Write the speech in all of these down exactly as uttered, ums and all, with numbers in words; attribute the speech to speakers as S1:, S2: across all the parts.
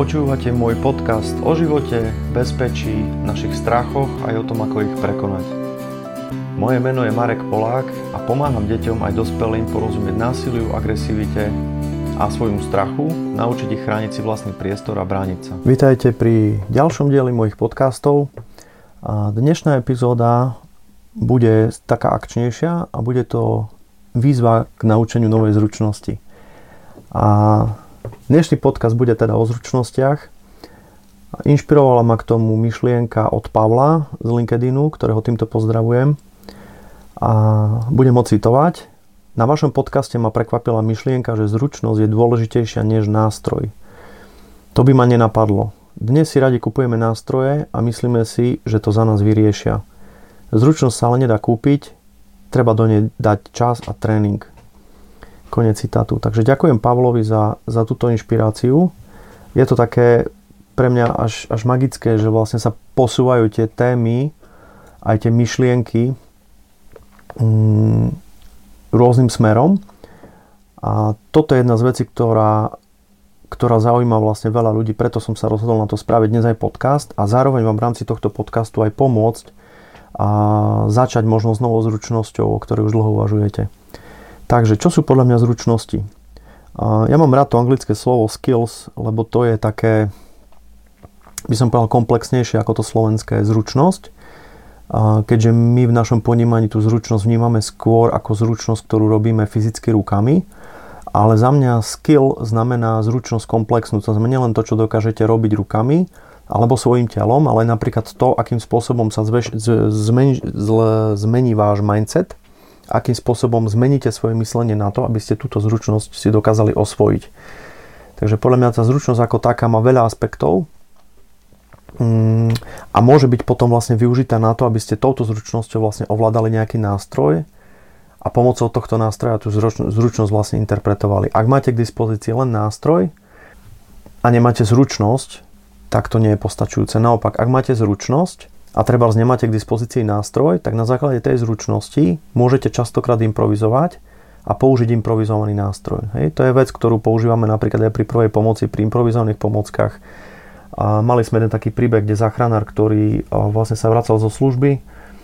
S1: Počúvate môj podcast o živote, bezpečí, našich strachoch aj o tom, ako ich prekonať. Moje meno je Marek Polák a pomáham deťom aj dospelým porozumieť násiliu, agresivite a svojmu strachu, naučiť ich chrániť si vlastný priestor a brániť sa. Vítajte pri ďalšom dieli mojich podcastov. A dnešná epizóda bude taká akčnejšia a bude to výzva k naučeniu novej zručnosti. A dnešný podcast bude teda o zručnostiach. Inšpirovala ma k tomu myšlienka od Pavla z LinkedInu, ktorého týmto pozdravujem. A budem ho citovať. Na vašom podcaste ma prekvapila myšlienka, že zručnosť je dôležitejšia než nástroj. To by ma nenapadlo. Dnes si radi kupujeme nástroje a myslíme si, že to za nás vyriešia. Zručnosť sa ale nedá kúpiť, treba do nej dať čas a tréning. Koniec citátu. Takže ďakujem Pavlovi za, za túto inšpiráciu. Je to také pre mňa až, až magické, že vlastne sa posúvajú tie témy, aj tie myšlienky mm, rôznym smerom. A toto je jedna z vecí, ktorá, ktorá zaujíma vlastne veľa ľudí, preto som sa rozhodol na to spraviť dnes aj podcast a zároveň vám v rámci tohto podcastu aj pomôcť a začať možno s novou zručnosťou, o ktorej už dlho uvažujete. Takže, čo sú podľa mňa zručnosti? Ja mám rád to anglické slovo skills, lebo to je také, by som povedal, komplexnejšie ako to slovenské zručnosť. Keďže my v našom ponímaní tú zručnosť vnímame skôr ako zručnosť, ktorú robíme fyzicky rukami. Ale za mňa skill znamená zručnosť komplexnú. To znamená len to, čo dokážete robiť rukami alebo svojím telom, ale napríklad to, akým spôsobom sa zveš, zmeni, zmení váš mindset, akým spôsobom zmeníte svoje myslenie na to, aby ste túto zručnosť si dokázali osvojiť. Takže podľa mňa tá zručnosť ako taká má veľa aspektov a môže byť potom vlastne využitá na to, aby ste touto zručnosťou vlastne ovládali nejaký nástroj a pomocou tohto nástroja tú zručnosť vlastne interpretovali. Ak máte k dispozícii len nástroj a nemáte zručnosť, tak to nie je postačujúce. Naopak, ak máte zručnosť a trebárs nemáte k dispozícii nástroj, tak na základe tej zručnosti môžete častokrát improvizovať a použiť improvizovaný nástroj. Hej? To je vec, ktorú používame napríklad aj pri prvej pomoci, pri improvizovaných pomockách. A mali sme jeden taký príbeh, kde záchranár, ktorý vlastne sa vracal zo služby,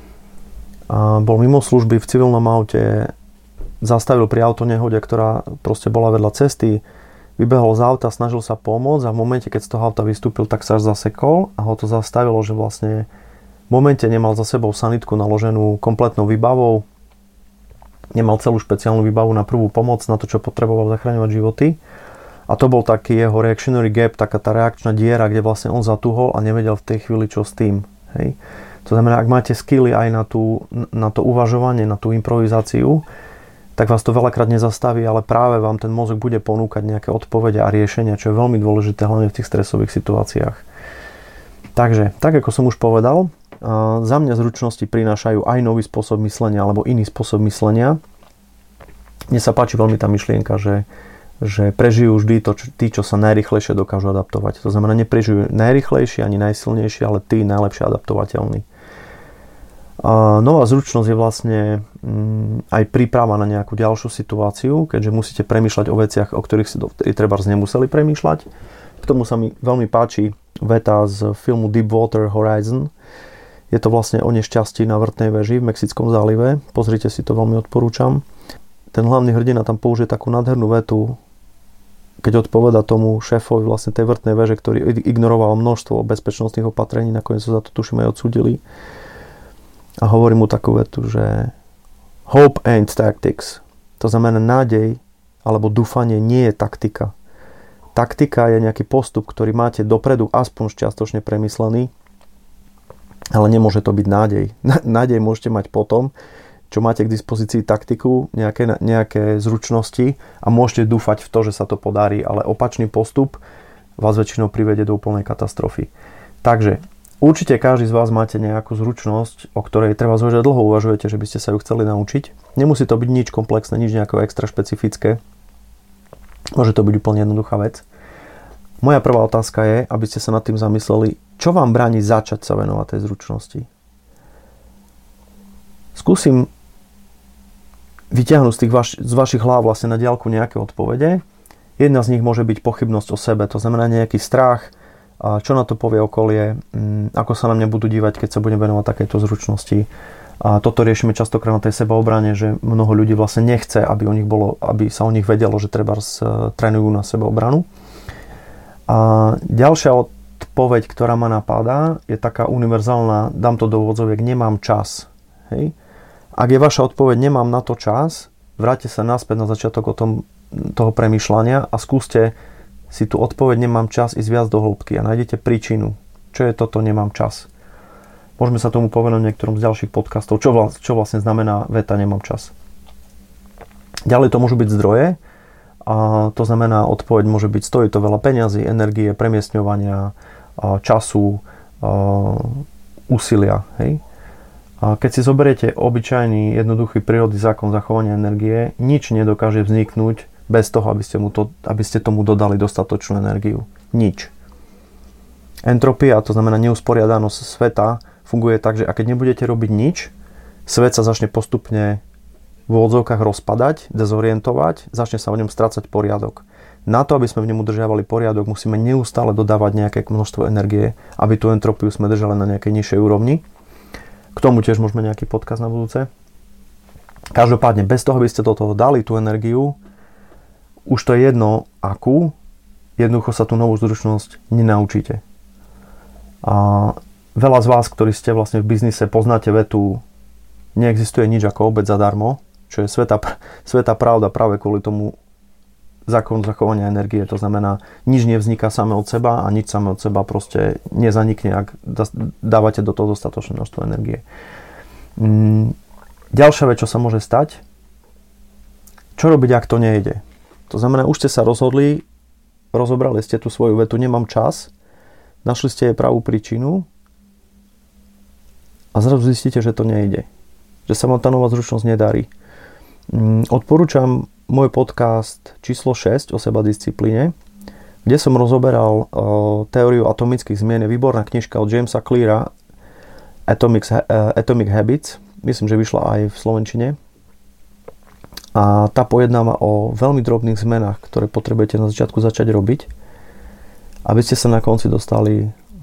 S1: a bol mimo služby v civilnom aute, zastavil pri autonehode, ktorá proste bola vedľa cesty, vybehol z auta, snažil sa pomôcť a v momente, keď z toho auta vystúpil, tak sa zasekol a ho to zastavilo, že vlastne v momente nemal za sebou sanitku naloženú kompletnou výbavou, nemal celú špeciálnu výbavu na prvú pomoc, na to, čo potreboval zachraňovať životy. A to bol taký jeho reactionary gap, taká tá reakčná diera, kde vlastne on zatuhol a nevedel v tej chvíli, čo s tým. Hej. To znamená, ak máte skilly aj na, tú, na to uvažovanie, na tú improvizáciu, tak vás to veľakrát nezastaví, ale práve vám ten mozog bude ponúkať nejaké odpovede a riešenia, čo je veľmi dôležité, hlavne v tých stresových situáciách. Takže, tak ako som už povedal, za mňa zručnosti prinášajú aj nový spôsob myslenia alebo iný spôsob myslenia. Mne sa páči veľmi tá myšlienka, že, že prežijú vždy to, čo, tí, čo sa najrýchlejšie dokážu adaptovať. To znamená, neprežijú najrýchlejšie ani najsilnejšie, ale tí najlepšie adaptovateľní. A nová zručnosť je vlastne mm, aj príprava na nejakú ďalšiu situáciu, keďže musíte premýšľať o veciach, o ktorých si trebárs nemuseli premýšľať. K tomu sa mi veľmi páči veta z filmu Deepwater Horizon. Je to vlastne o nešťastí na vrtnej veži v Mexickom zálive. Pozrite si to, veľmi odporúčam. Ten hlavný hrdina tam použije takú nádhernú vetu, keď odpoveda tomu šéfovi vlastne tej vrtnej veže, ktorý ignoroval množstvo bezpečnostných opatrení, nakoniec sa za to tuším aj odsúdili. A hovorí mu takú vetu, že hope ain't tactics. To znamená nádej alebo dúfanie nie je taktika. Taktika je nejaký postup, ktorý máte dopredu aspoň čiastočne premyslený, ale nemôže to byť nádej. Nádej môžete mať potom, čo máte k dispozícii taktiku, nejaké, nejaké zručnosti a môžete dúfať v to, že sa to podarí, ale opačný postup vás väčšinou privedie do úplnej katastrofy. Takže určite každý z vás máte nejakú zručnosť, o ktorej treba zvažovať, dlho uvažujete, že by ste sa ju chceli naučiť. Nemusí to byť nič komplexné, nič nejako extra špecifické. Môže to byť úplne jednoduchá vec. Moja prvá otázka je, aby ste sa nad tým zamysleli, čo vám bráni začať sa venovať tej zručnosti. Skúsim vyťahnuť z, tých vaš, z vašich hlav vlastne na diaľku nejaké odpovede. Jedna z nich môže byť pochybnosť o sebe, to znamená nejaký strach, čo na to povie okolie, ako sa na mňa budú dívať, keď sa budem venovať takejto zručnosti. A toto riešime častokrát na tej sebaobrane, že mnoho ľudí vlastne nechce, aby, o nich bolo, aby sa o nich vedelo, že treba trénujú na sebaobranu. A ďalšia odpoveď, ktorá ma napadá, je taká univerzálna, dám to do úvodzoviek, nemám čas. Hej? Ak je vaša odpoveď, nemám na to čas, vráťte sa naspäť na začiatok o tom, toho premýšľania a skúste si tú odpoveď nemám čas ísť viac do hĺbky a nájdete príčinu. Čo je toto nemám čas? Môžeme sa tomu povedať v niektorom z ďalších podcastov, čo, vla, čo vlastne znamená veta nemám čas. Ďalej to môžu byť zdroje a to znamená odpoveď môže byť stojí to veľa peňazí, energie, premiestňovania, času, úsilia. Hej? A keď si zoberiete obyčajný, jednoduchý prírodný zákon zachovania energie, nič nedokáže vzniknúť bez toho, aby ste, mu to, aby ste tomu dodali dostatočnú energiu. Nič. Entropia, to znamená neusporiadanosť sveta, funguje tak, že keď nebudete robiť nič, svet sa začne postupne v úvodzovkách rozpadať, dezorientovať, začne sa v ňom strácať poriadok. Na to, aby sme v ňom udržiavali poriadok, musíme neustále dodávať nejaké množstvo energie, aby tú entropiu sme držali na nejakej nižšej úrovni. K tomu tiež môžeme nejaký podcast na budúce. Každopádne, bez toho, aby ste do toho dali tú energiu, už to je jedno akú, jednoducho sa tú novú zručnosť nenaučíte. A veľa z vás, ktorí ste vlastne v biznise, poznáte vetu neexistuje nič ako obed zadarmo, čo je sveta, sveta pravda práve kvôli tomu zákonu zachovania energie. To znamená, nič nevzniká samé od seba a nič samé od seba proste nezanikne, ak dávate do toho dostatočné množstvo energie. Ďalšia vec, čo sa môže stať, čo robiť, ak to nejde. To znamená, už ste sa rozhodli, rozobrali ste tú svoju vetu, nemám čas, našli ste jej pravú príčinu a zrazu zistíte, že to nejde. Že sa vám tá nová zručnosť nedarí. Odporúčam môj podcast číslo šesť o sebadisciplíne, kde som rozoberal teóriu atomických zmien. Je výborná knižka od Jamesa Cleara Atomic, Atomic Habits. Myslím, že vyšla aj v slovenčine. A tá pojednáva o veľmi drobných zmenách, ktoré potrebujete na začiatku začať robiť, aby ste sa na konci dostali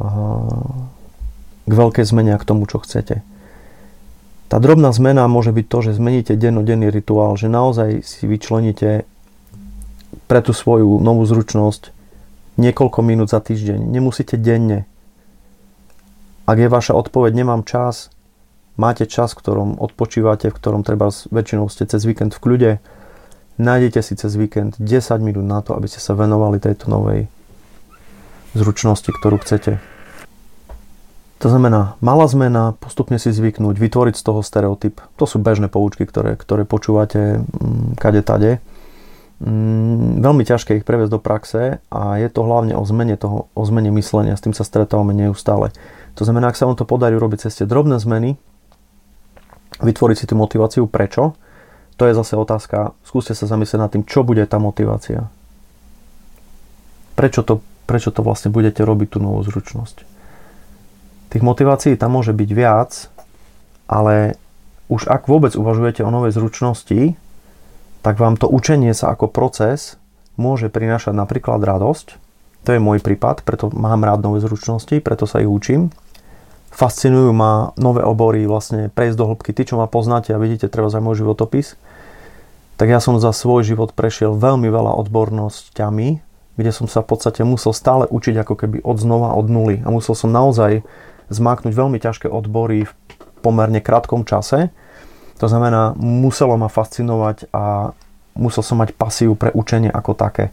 S1: k veľkej zmene a k tomu, čo chcete. Tá drobná zmena môže byť to, že zmeníte dennodenný rituál, že naozaj si vyčleníte pre tú svoju novú zručnosť niekoľko minút za týždeň. Nemusíte denne. Ak je vaša odpoveď nemám čas, máte čas, v ktorom odpočívate, v ktorom treba väčšinou ste cez víkend v kľude, nájdete si cez víkend desať minút na to, aby ste sa venovali tejto novej zručnosti, ktorú chcete. To znamená, malá zmena, postupne si zvyknúť, vytvoriť z toho stereotyp. To sú bežné poučky, ktoré, ktoré počúvate mm, kade tade. Mm, veľmi ťažké ich previesť do praxe a je to hlavne o zmene toho, o zmene myslenia. S tým sa stretávame neustále. To znamená, ak sa vám to podarí urobiť cez tie drobné zmeny, vytvoriť si tú motiváciu, prečo? To je zase otázka, skúste sa zamyslieť nad tým, čo bude tá motivácia. Prečo to, prečo to vlastne budete robiť tú novú zručnosť? Tých motivácií tam môže byť viac, ale už ak vôbec uvažujete o novej zručnosti, tak vám to učenie sa ako proces môže prinášať napríklad radosť. To je môj prípad, preto mám rád nové zručnosti, preto sa ich učím. Fascinujú ma nové obory, vlastne prejsť do hĺbky. Tí, čo ma poznáte a vidíte treba za môj životopis, tak ja som za svoj život prešiel veľmi veľa odbornosťami, kde som sa v podstate musel stále učiť ako keby od znova, od nuly. A musel som naozaj zmáknuť veľmi ťažké odbory v pomerne krátkom čase. To znamená, muselo ma fascinovať a musel som mať pasiu pre učenie ako také.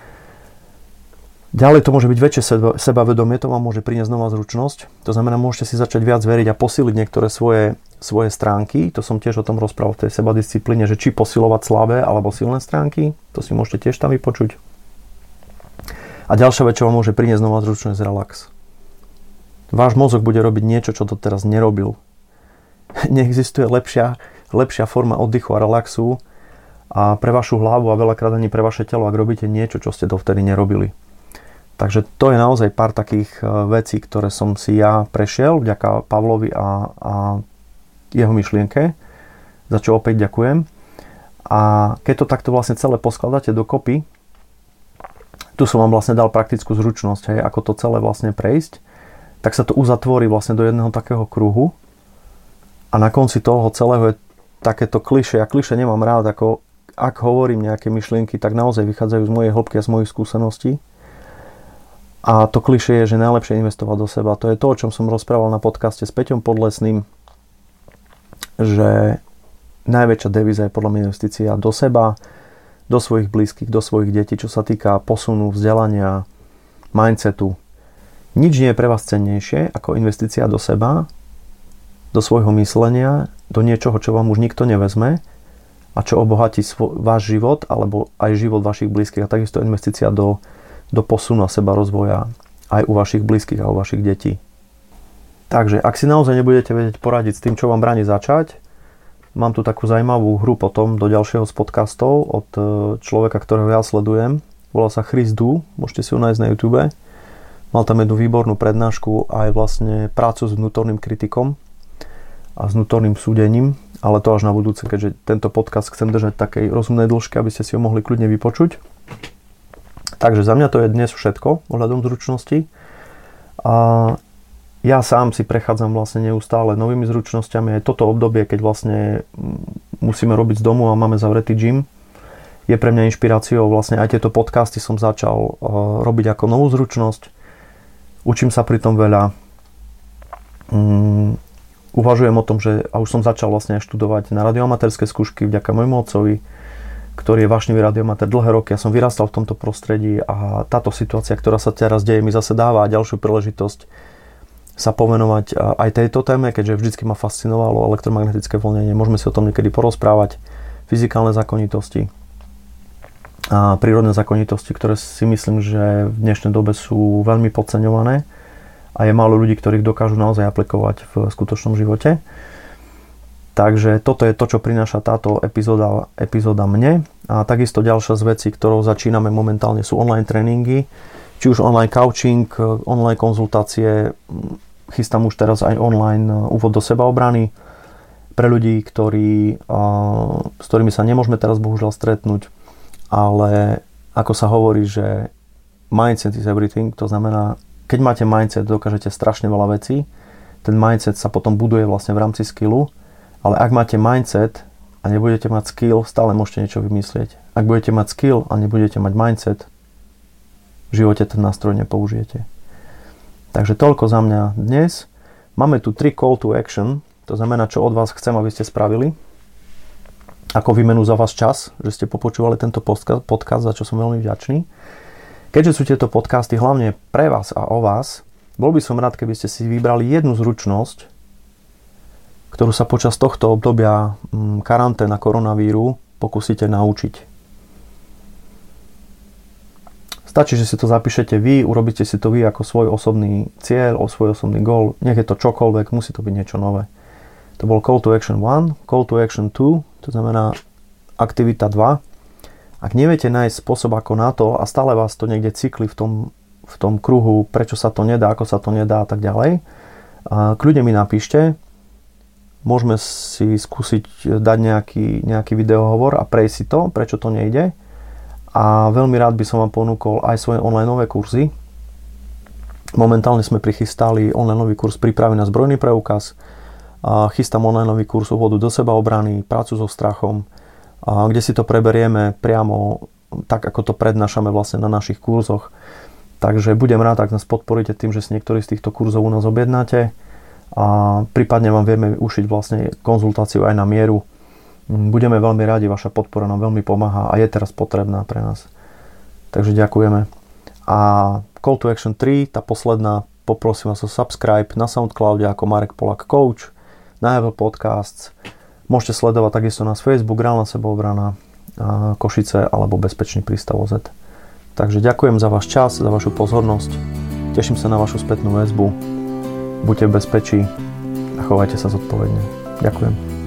S1: Ďalej to môže byť väčšie sebavedomie, to vám môže priniesť nová zručnosť. To znamená, môžete si začať viac veriť a posiliť niektoré svoje, svoje stránky. To som tiež o tom rozprával v tej sebadisciplíne, že či posilovať slabé alebo silné stránky. To si môžete tiež tam vypočuť. A ďalšia vec, čo vám môže priniesť nová zručnosť, relax. Váš mozog bude robiť niečo, čo doteraz nerobil. Neexistuje lepšia, lepšia forma oddychu a relaxu a pre vašu hlavu a veľakrát ani pre vaše telo, ak robíte niečo, čo ste dovtedy nerobili. Takže to je naozaj pár takých vecí, ktoré som si ja prešiel vďaka Pavlovi a, a jeho myšlienke, za čo opäť ďakujem. A keď to takto vlastne celé poskladáte dokopy, tu som vám vlastne dal praktickú zručnosť, hej, ako to celé vlastne prejsť, tak sa to uzatvorí vlastne do jedného takého kruhu a na konci toho celého je takéto klišé. Ja klišé nemám rád, ako ak hovorím nejaké myšlienky, tak naozaj vychádzajú z mojej hĺbky a z mojich skúseností. A to klišé je, že najlepšie investovať do seba. To je to, o čom som rozprával na podcaste s Peťom Podlesným, že najväčšia devíza je podľa mňa investícia do seba, do svojich blízkych, do svojich detí, čo sa týka posunu, vzdelania, mindsetu. Nič nie je pre vás cennejšie ako investícia do seba, do svojho myslenia, do niečoho, čo vám už nikto nevezme a čo obohatí svo- váš život alebo aj život vašich blízkych a takisto investícia do, do posunu a seba rozvoja aj u vašich blízkych a u vašich detí. Takže ak si naozaj nebudete vedieť poradiť s tým, čo vám bráni začať, mám tu takú zaujímavú hru potom do ďalšieho z podcastov od človeka, ktorého ja sledujem. Volá sa Chris Du, môžete si ho nájsť na YouTube. Mal tam jednu výbornú prednášku aj vlastne prácu s vnútorným kritikom a s vnútorným súdením, ale to až na budúce, keďže tento podcast chcem držať takej rozumnej dĺžke, aby ste si ho mohli kľudne vypočuť. Takže za mňa to je dnes všetko ohľadom zručnosti. A ja sám si prechádzam vlastne neustále novými zručnosťami. Aj toto obdobie, keď vlastne musíme robiť z domu a máme zavretý gym, je pre mňa inšpiráciou. Vlastne aj tieto podcasty som začal uh, robiť ako novú zručnosť. Učím sa pri tom veľa. Um, uvažujem o tom, že a už som začal vlastne aj študovať na radioamatérske skúšky vďaka môjmu otcovi, ktorý je vášnivý radioamatér dlhé roky. Ja som vyrastal v tomto prostredí a táto situácia, ktorá sa teraz deje, mi zase dáva ďalšiu príležitosť sa povenovať aj tejto téme, keďže vždycky ma fascinovalo elektromagnetické vlnenie. Môžeme si o tom niekedy porozprávať. Fyzikálne zákonitosti a prírodné zákonitosti, ktoré si myslím, že v dnešnej dobe sú veľmi podceňované a je málo ľudí, ktorých dokážu naozaj aplikovať v skutočnom živote. Takže toto je to, čo prináša táto epizóda, epizóda mne. A takisto ďalšia z vecí, ktorou začíname momentálne, sú online tréningy. Či už online coaching, online konzultácie, chystám už teraz aj online úvod do sebaobrany pre ľudí, ktorí, s ktorými sa nemôžeme teraz bohužiaľ stretnúť, ale ako sa hovorí, že mindset is everything, to znamená, keď máte mindset, dokážete strašne veľa vecí, ten mindset sa potom buduje vlastne v rámci skillu, ale ak máte mindset a nebudete mať skill, stále môžete niečo vymyslieť. Ak budete mať skill a nebudete mať mindset, v živote ten nástroj nepoužijete. Takže toľko za mňa dnes. Máme tu tri call to action, to znamená, čo od vás chcem, aby ste spravili. Ako výmenu za vás čas, že ste popočúvali tento podcast, za čo som veľmi vďačný. Keďže sú tieto podcasty hlavne pre vás a o vás, bol by som rád, keby ste si vybrali jednu zručnosť, ktorú sa počas tohto obdobia karanténa koronavíru pokúsite naučiť. Stačí, že si to zapíšete vy, urobíte si to vy ako svoj osobný cieľ, svoj osobný goal. Nech je to čokoľvek, musí to byť niečo nové. To bol call to action one, call to action two, to znamená aktivita dva. Ak neviete nájsť spôsob ako na to a stále vás to niekde cykli v tom, v tom kruhu, prečo sa to nedá, ako sa to nedá a tak ďalej, a kľudne mi napíšte. Môžeme si skúsiť dať nejaký, nejaký videohovor a prejsť si to, prečo to nejde. A veľmi rád by som vám ponúkol aj svoje onlineové kurzy. Momentálne sme prichystali onlineový kurz prípravy na zbrojný preukaz. Chystám onlineový kurz úvodu do sebaobrany, prácu so strachom, kde si to preberieme priamo tak, ako to prednášame vlastne na našich kurzoch. Takže budem rád, ak nás podporíte tým, že si niektorý z týchto kurzov u nás objednáte a prípadne vám vieme ušiť vlastne konzultáciu aj na mieru. Budeme veľmi radi, vaša podpora nám veľmi pomáha a je teraz potrebná pre nás. Takže ďakujeme. A call to action tri, tá posledná, poprosím vás o subscribe na Soundcloude ako Marek Polák Coach, na Apple Podcasts. Môžete sledovať takisto nás Facebook, Reálna sebaobrana, Košice alebo Bezpečný prístav ó zet. Takže ďakujem za váš čas, za vašu pozornosť. Teším sa na vašu spätnú väzbu. Buďte v bezpečí a chovajte sa zodpovedne. Ďakujem.